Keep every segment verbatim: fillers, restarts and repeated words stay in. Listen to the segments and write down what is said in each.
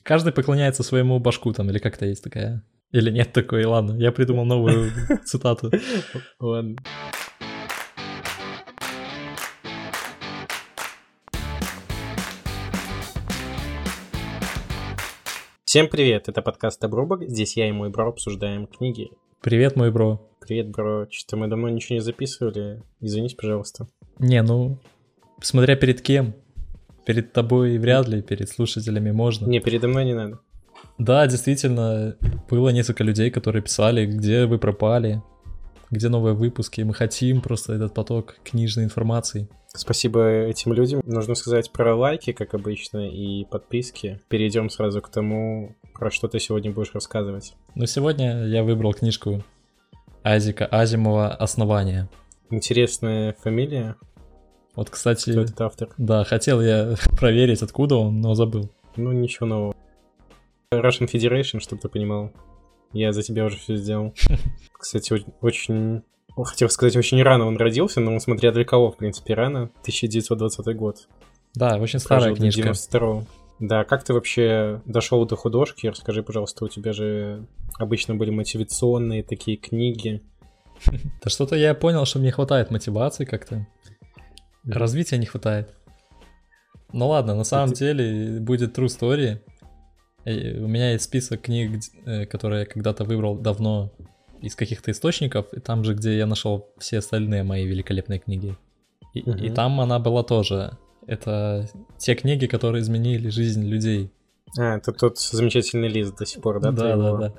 Каждый поклоняется своему башку там, или как-то есть такая. Или нет такой, ладно, я придумал новую цитату. Ладно. Всем привет, это подкаст Обрубок. Здесь я и мой бро обсуждаем книги. Привет, мой бро. Привет, бро. Что-то мы давно ничего не записывали. Извините, пожалуйста. Не, ну, смотря перед кем. Перед тобой вряд ли, перед слушателями можно. Не, передо мной не надо. Да, действительно, было несколько людей, которые писали, где вы пропали, где новые выпуски. Мы хотим просто этот поток книжной информации. Спасибо этим людям. Нужно сказать про лайки, как обычно, и подписки. Перейдем сразу к тому, про что ты сегодня будешь рассказывать. Ну, сегодня я выбрал книжку Айзека Азимова «Основание». Интересная фамилия. Вот, кстати, кто этот автор? Да, хотел я проверить, откуда он, но забыл. Ну, ничего нового. Russian Federation, чтобы ты понимал. Я за тебя уже все сделал. Кстати, очень... Хотел сказать, очень рано он родился, но смотря для кого, в принципе, рано. тысяча девятьсот двадцатый год. Да, очень старая Прожил книжка. девяносто второго. Да, как ты вообще дошел до художки? Расскажи, пожалуйста, у тебя же обычно были мотивационные такие книги. Да что-то я понял, что мне хватает мотивации как-то. Развития не хватает. Ну ладно, на самом деле будет true story. И у меня есть список книг, которые я когда-то выбрал давно из каких-то источников, и там же, где я нашел все остальные мои великолепные книги. И, uh-huh. и там она была тоже. Это те книги, которые изменили жизнь людей. А, это тот замечательный лист до сих пор, да? Да, да, да.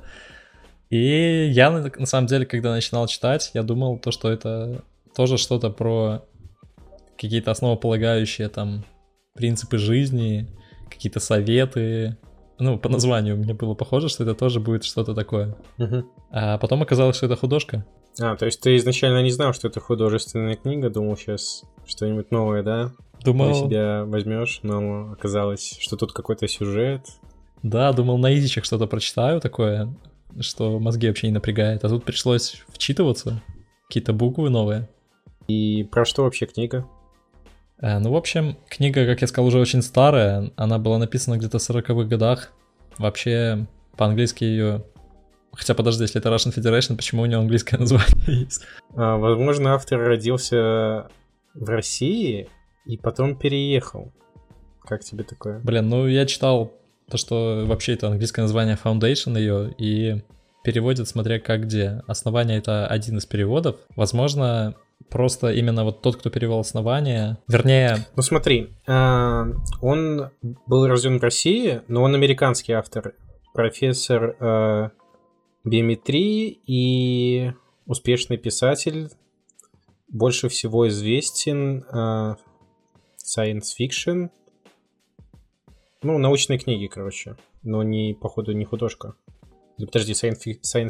И я, на самом деле, когда начинал читать, я думал, то, что это тоже что-то про какие-то основополагающие там принципы жизни, какие-то советы. Ну, по названию мне было похоже, что это тоже будет что-то такое. Uh-huh. А потом оказалось, что это художка. А, то есть ты изначально не знал, что это художественная книга, думал сейчас что-нибудь новое, да? Думал... Для себя возьмешь, но оказалось, что тут какой-то сюжет. Да, думал, на изичах что-то прочитаю такое, что мозги вообще не напрягает. А тут пришлось вчитываться, какие-то буквы новые. И про что вообще книга? А, ну, в общем, книга, как я сказал, уже очень старая. Она была написана где-то в сороковых годах. Вообще, по-английски ее... Хотя, подожди, если это Russian Federation, почему у нее английское название есть? А, возможно, автор родился в России и потом переехал. Как тебе такое? Блин, ну я читал то, что вообще это английское название Foundation ее, и переводят смотря как где. Основание — это один из переводов. Возможно, просто именно вот тот, кто перевел основание, вернее... Ну смотри, он был рожден в России, но он американский автор. Профессор биометрии и успешный писатель. Больше всего известен science fiction. Ну, научные книги, короче. Но не, походу, не художка. Или, подожди, science, science...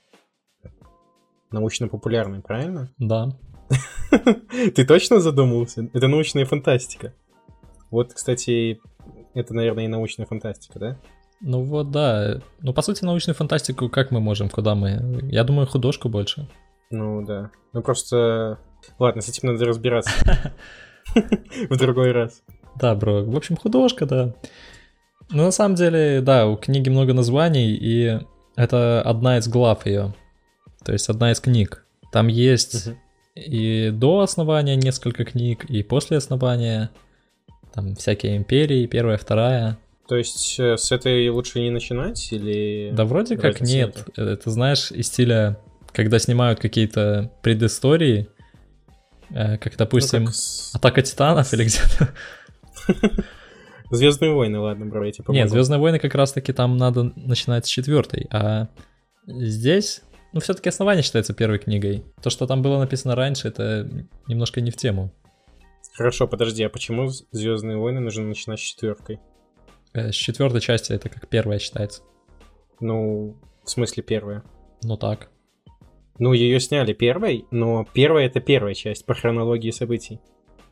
научно-популярный, правильно? Да. Ты точно задумался? Это научная фантастика. Вот, кстати, это, наверное, и научная фантастика, да? Ну вот, да. Ну, по сути, научную фантастику как мы можем, куда мы? Я думаю, художку больше. Ну, да. Ну, просто... Ладно, с этим надо разбираться. В другой раз. Да, бро. В общем, художка, да. Ну, на самом деле, да, у книги много названий, и это одна из глав ее. То есть одна из книг. Там есть и до основания несколько книг, и после основания. Там всякие империи, первая, вторая. То есть с этой лучше не начинать, или... Да вроде как нет. Это, это, знаешь, из стиля, когда снимают какие-то предыстории, как, допустим, ну, как с... Атака Титанов или где-то. Звездные войны, ладно, бро, я тебе помогу. Нет, Звездные войны как раз-таки там надо начинать с четвертой, а здесь, ну, все-таки основание считается первой книгой. То, что там было написано раньше, это немножко не в тему. Хорошо, подожди, а почему Звездные войны нужно начинать с четверкой? С четвертой части это как первая считается. Ну, в смысле первая? Ну так. Ну, ее сняли первой, но первая — это первая часть по хронологии событий.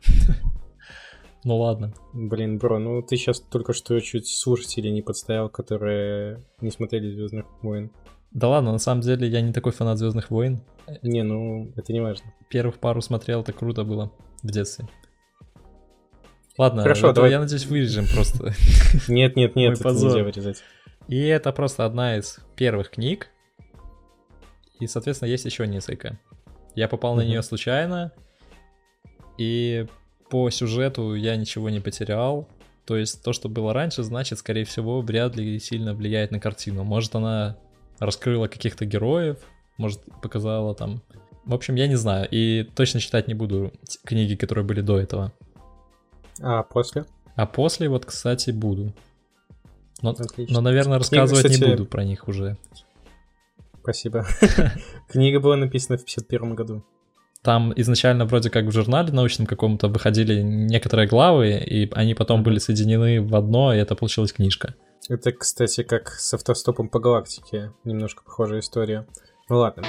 Ну ладно. Блин, бро, ну ты сейчас только что чуть слушателей не подставил, которые не смотрели «Звездных войн». Да ладно, на самом деле я не такой фанат «Звездных войн». Не, ну это не важно. Первых пару смотрел, это круто было в детстве. Ладно, Хорошо, давай. Я надеюсь, вырежем просто. Нет, нет, нет, это нельзя вырезать. И это просто одна из первых книг. И, соответственно, есть еще несколько. Я попал на нее случайно. И по сюжету я ничего не потерял. То есть то, что было раньше, значит, скорее всего, вряд ли сильно влияет на картину. Может, она раскрыла каких-то героев, может, показала там... В общем, я не знаю. И точно читать не буду книги, которые были до этого. А после? А после вот, кстати, буду. Но, но наверное, рассказывать Книга, кстати... не буду про них уже. Спасибо. Книга была написана в пятьдесят первом году. Там изначально вроде как в журнале научном каком-то выходили некоторые главы, и они потом mm-hmm. были соединены в одно, и это получилась книжка. Это, кстати, как с автостопом по галактике. Немножко похожая история. Ну ладно.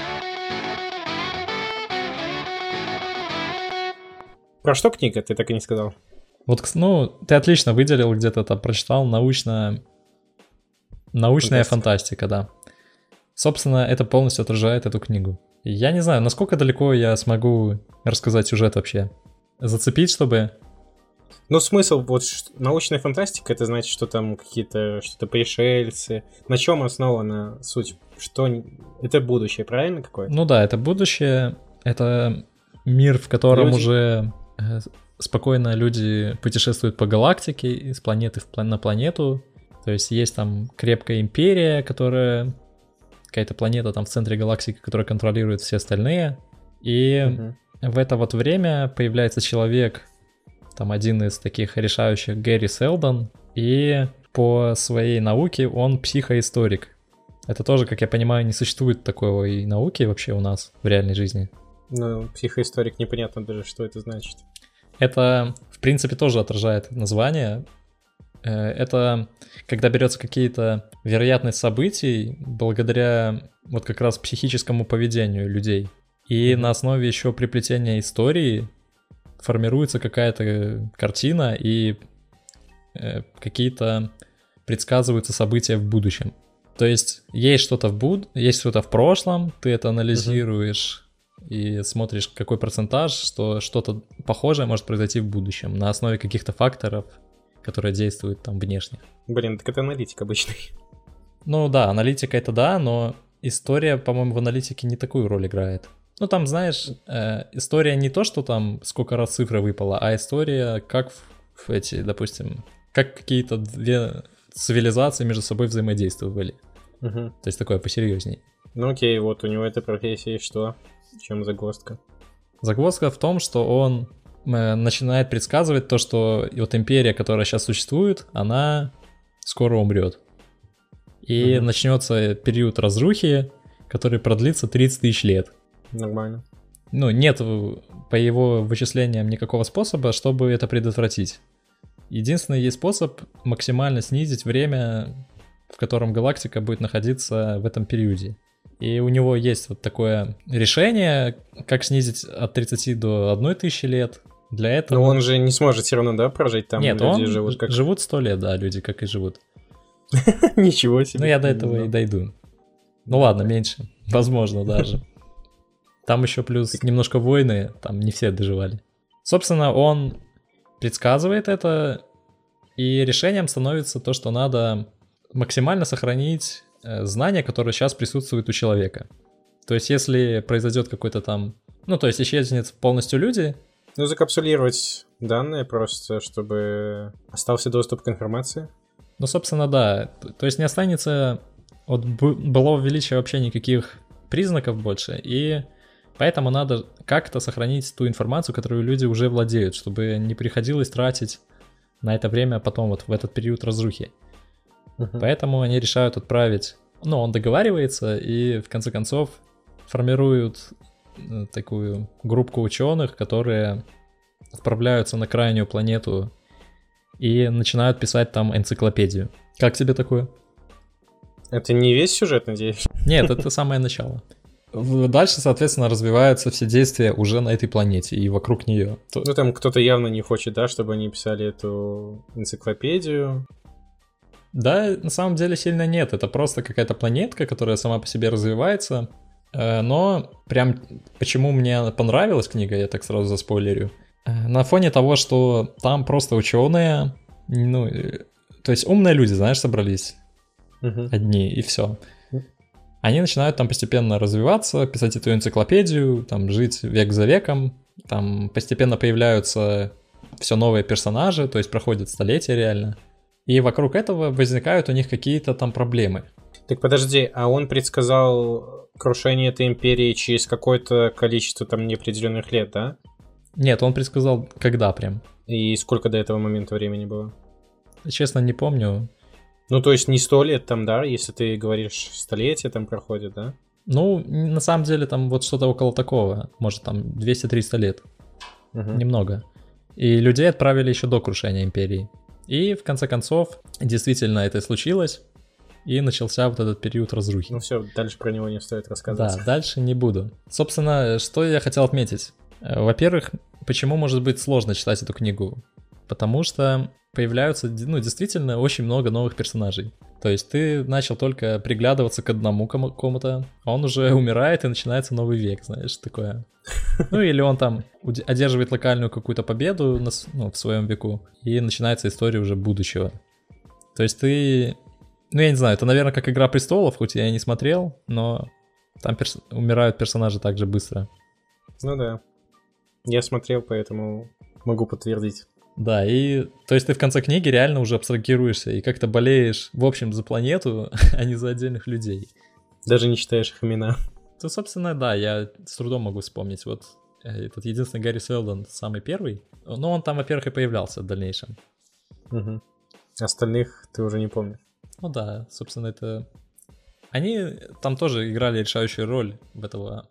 Про что книга? Ты так и не сказал. Вот, ну, ты отлично выделил, где-то там прочитал, научно... научная фантастика. фантастика, да. Собственно, это полностью отражает эту книгу. Я не знаю, насколько далеко я смогу рассказать сюжет вообще. Зацепить, чтобы... Ну, смысл, вот научная фантастика, это значит, что там какие-то, что-то пришельцы. На чем основана суть? Что... Это будущее, правильно какое-то? Ну да, это будущее, это мир, в котором люди... уже спокойно люди путешествуют по галактике, из планеты на планету. То есть есть там крепкая империя, которая... какая-то планета там в центре галактики, которая контролирует все остальные. И uh-huh. в это вот время появляется человек, там один из таких решающих, Гэри Селдон, и по своей науке он психоисторик. Это тоже, как я понимаю, не существует такой науки вообще у нас в реальной жизни. Ну, психоисторик, непонятно даже, что это значит. Это, в принципе, тоже отражает название. Это когда берется какие-то вероятность событий благодаря вот как раз психическому поведению людей. И mm-hmm. на основе еще приплетения истории формируется какая-то картина и э, какие-то предсказываются события в будущем. То есть есть что-то в буд... есть что-то в прошлом, ты это анализируешь mm-hmm. и смотришь, какой процентаж, что что-то похожее может произойти в будущем на основе каких-то факторов, которые действуют там внешне. Блин, так это аналитик обычный. Ну да, аналитика это да, но история, по-моему, в аналитике не такую роль играет. Ну там, знаешь, э, история не то, что там сколько раз цифра выпала, а история как в, в эти, допустим, как какие-то две цивилизации между собой взаимодействовали. Угу. То есть такое посерьезней. Ну окей, вот у него эта профессия и что? В чем загвоздка? Загвоздка в том, что он начинает предсказывать то, что вот империя, которая сейчас существует, она скоро умрет. И угу. начнется период разрухи, который продлится тридцать тысяч лет. Нормально. Ну, нет по его вычислениям никакого способа, чтобы это предотвратить. Единственный есть способ максимально снизить время, в котором галактика будет находиться в этом периоде. И у него есть вот такое решение, как снизить от тридцати до одной тысячи лет. Для этого... Но он же не сможет все равно, да, прожить там? Нет, люди он живут, как... живут сто лет, да, люди как и живут. Ничего себе. Ну, я до этого и дойду. Ну ладно, меньше. Возможно, даже. Там еще плюс немножко войны, там не все доживали. Собственно, он предсказывает это, и решением становится то, что надо максимально сохранить знания, которые сейчас присутствуют у человека. То есть, если произойдет какой-то там... Ну, то есть, исчезнет полностью люди... Ну, закапсулировать данные просто, чтобы остался доступ к информации. Ну, собственно, да. То есть, не останется от былого величия вообще никаких признаков больше, и поэтому надо как-то сохранить ту информацию, которую люди уже владеют, чтобы не приходилось тратить на это время потом вот в этот период разрухи. Uh-huh. Поэтому они решают отправить... Ну, он договаривается, и в конце концов формируют такую группку ученых, которые отправляются на крайнюю планету и начинают писать там энциклопедию. Как тебе такое? Это не весь сюжет, надеюсь? Нет, это самое начало. Дальше, соответственно, развиваются все действия уже на этой планете и вокруг нее. Ну, там кто-то явно не хочет, да, чтобы они писали эту энциклопедию. Да, на самом деле сильно нет. Это просто какая-то планетка, которая сама по себе развивается. Но прям почему мне понравилась книга, я так сразу заспойлерю. На фоне того, что там просто ученые, ну, то есть умные люди, знаешь, собрались uh-huh. одни, и все. Они начинают там постепенно развиваться, писать эту энциклопедию, там жить век за веком, там постепенно появляются все новые персонажи, то есть проходят столетия реально. И вокруг этого возникают у них какие-то там проблемы. Так подожди, а он предсказал крушение этой империи через какое-то количество там неопределенных лет, да? Нет, он предсказал, когда прям. И сколько до этого момента времени было? Честно, не помню. Ну, то есть не сто лет там, да? Если ты говоришь, столетия там проходит, да? Ну, на самом деле там вот что-то около такого. Может, там двести-триста лет. Угу. Немного. И людей отправили еще до крушения империи. И в конце концов, действительно это случилось. И начался вот этот период разрухи. Ну все, дальше про него не стоит рассказывать. Да, дальше не буду. Собственно, что я хотел отметить. Во-первых, почему может быть сложно читать эту книгу? Потому что появляются, ну, действительно очень много новых персонажей. То есть ты начал только приглядываться к одному кому-то, а он уже умирает, и начинается новый век, знаешь, такое. Ну, или он там одерживает локальную какую-то победу на, ну, в своем веку, и начинается история уже будущего. То есть ты... Ну, я не знаю, это, наверное, как «Игра престолов», хоть я и не смотрел, но там перс... умирают персонажи так же быстро. Ну да. Я смотрел, поэтому могу подтвердить. Да, и то есть ты в конце книги реально уже абстрагируешься и как-то болеешь, в общем, за планету, а не за отдельных людей. Даже не читаешь их имена. То, собственно, да, я с трудом могу вспомнить. Вот этот единственный Гарри Сэлдон, самый первый. Но он там, во-первых, и появлялся в дальнейшем. Угу. Остальных ты уже не помнишь. Ну да, собственно, это... Они там тоже играли решающую роль в, этого...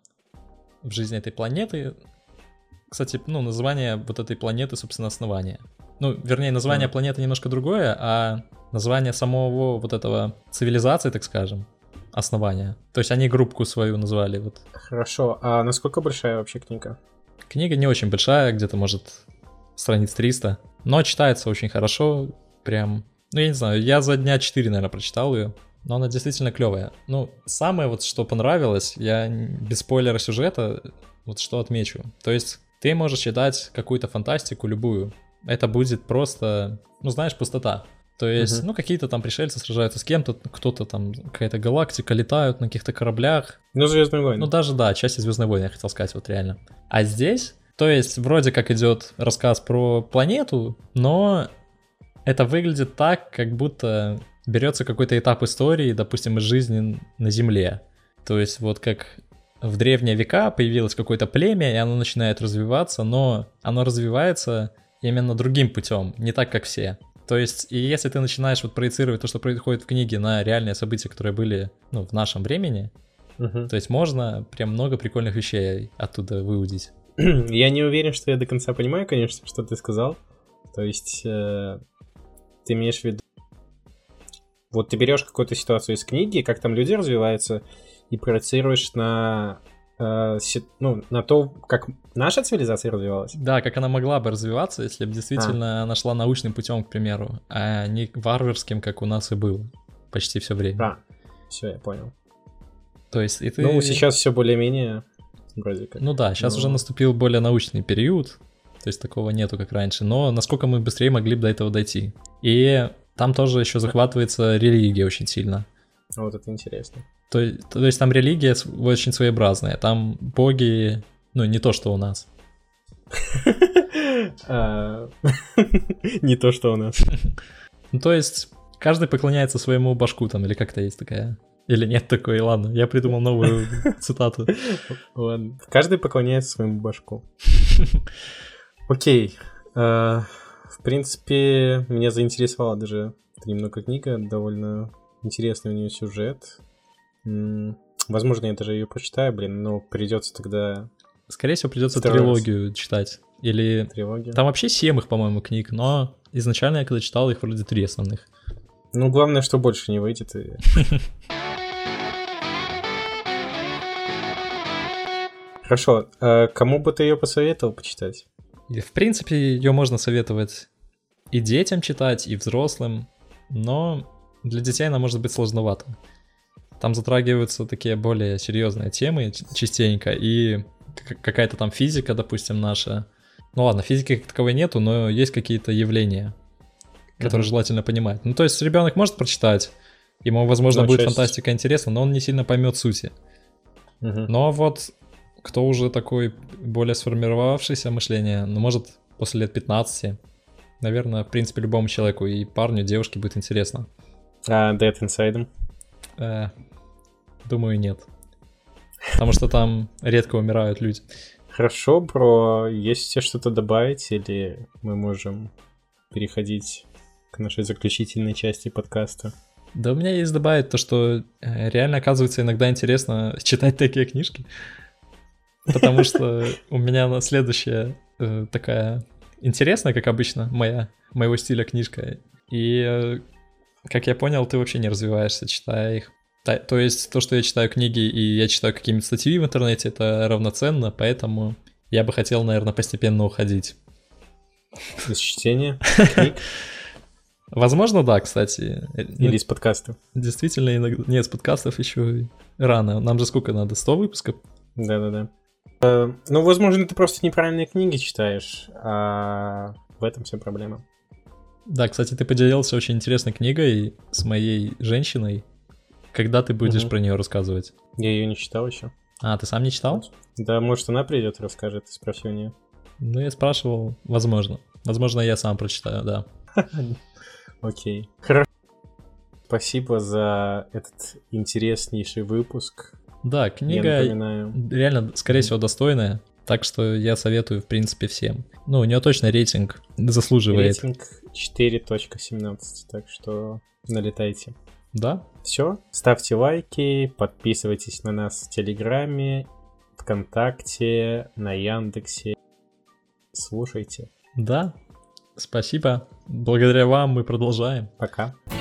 в жизни этой планеты. Кстати, ну, название вот этой планеты, собственно, основание. Ну, вернее, название mm. планеты немножко другое, а название самого вот этого цивилизации, так скажем, основания. То есть они группку свою назвали. Вот. Хорошо, а насколько большая вообще книга? Книга не очень большая, где-то, может, страниц триста, но читается очень хорошо, прям... Ну, я не знаю, я за дня четыре, наверное, прочитал ее, но она действительно клевая. Ну, самое вот, что понравилось, я без спойлера сюжета, вот что отмечу. То есть ты можешь читать какую-то фантастику, любую. Это будет просто, ну, знаешь, пустота. То есть, uh-huh. ну, какие-то там пришельцы сражаются с кем-то, кто-то там, какая-то галактика, летают на каких-то кораблях. Ну, «Звездные войны». Ну, даже, да, части «Звездные войны», я хотел сказать, вот реально. А здесь, то есть, вроде как идет рассказ про планету, но это выглядит так, как будто берется какой-то этап истории, допустим, из жизни на Земле. То есть, вот как... В древние века появилось какое-то племя, и оно начинает развиваться, но оно развивается именно другим путем, не так, как все. То есть, и если ты начинаешь вот проецировать то, что происходит в книге, на реальные события, которые были, ну, в нашем времени, uh-huh. то есть можно прям много прикольных вещей оттуда выудить. Я не уверен, что я до конца понимаю, конечно, что ты сказал. То есть, э, ты имеешь в виду... Вот ты берешь какую-то ситуацию из книги, как там люди развиваются, и проецируешь на, э, си, ну, на то, как наша цивилизация развивалась? Да, как она могла бы развиваться, если бы действительно а. она шла научным путем, к примеру, а не варварским, как у нас и было почти все время. А, все, я понял. То есть и ты... Ну, сейчас все более-менее вроде как. Ну да, сейчас но... уже наступил более научный период, то есть такого нету, как раньше, но насколько мы быстрее могли бы до этого дойти. И там тоже еще захватывается религия очень сильно. Вот это интересно. То, то есть там религия очень своеобразная, там боги, ну, не то, что у нас. Не то, что у нас. Ну, то есть каждый поклоняется своему башку там, или как-то есть такая... Или нет такой, ладно, я придумал новую цитату. Ладно, каждый поклоняется своему башку. Окей. В принципе, меня заинтересовала даже немного книга, довольно интересный у нее сюжет. Возможно, я даже ее прочитаю, блин, но придется тогда... Скорее всего, придется трилогию читать. Или... Трилогию? Там вообще семь их, по-моему, книг, но изначально я когда читал, их вроде три основных. Ну, главное, что больше не выйдет. И... Хорошо, а кому бы ты ее посоветовал почитать? И, в принципе, ее можно советовать и детям читать, и взрослым, но для детей она может быть сложновата. Там затрагиваются такие более серьезные темы частенько, и какая-то там физика, допустим, наша, Ну ладно, физики как таковой нету, но есть какие-то явления, которые uh-huh. желательно понимать. Ну то есть ребенок может прочитать, ему, возможно, но будет часть... фантастика интересна, но он не сильно поймет сути. Uh-huh. Но вот кто уже такой более сформировавшееся мышление, ну может после лет пятнадцати, наверное, в принципе, любому человеку, и парню, и девушке будет интересно. А Dead Inside? Э, думаю, нет. Потому что там редко умирают люди. Хорошо, бро. Есть тебе что-то добавить, или мы можем переходить к нашей заключительной части подкаста? Да у меня есть добавить то, что реально, оказывается, иногда интересно читать такие книжки. Потому что у меня следующая такая интересная, как обычно, моя, моего стиля книжка. И, как я понял, ты вообще не развиваешься, читая их. То есть то, что я читаю книги и я читаю какие-нибудь статьи в интернете, это равноценно, поэтому я бы хотел, наверное, постепенно уходить. Из чтения книг? Возможно, да, кстати. Или из подкастов? Действительно, иногда... Нет, с подкастов еще рано. Нам же сколько надо? сто выпусков? Да-да-да. Uh, ну, возможно, ты просто неправильные книги читаешь, а в этом вся проблема. Да, кстати, ты поделился очень интересной книгой с моей женщиной. Когда ты будешь угу. про нее рассказывать? Я ее не читал еще. А, ты сам не читал? Да, может, она придет и расскажет, ты спроси у нее. Ну, я спрашивал, возможно. Возможно, я сам прочитаю, да. Окей. Хорошо. Спасибо за этот интереснейший выпуск. Да, книга реально, скорее всего, достойная. Так что я советую, в принципе, всем. Ну, у нее точно рейтинг заслуживает. Рейтинг четыре точка семнадцать, так что налетайте. Да. Все, ставьте лайки, подписывайтесь на нас в Телеграме, ВКонтакте, на Яндексе. Слушайте. Да, спасибо. Благодаря вам мы продолжаем. Пока.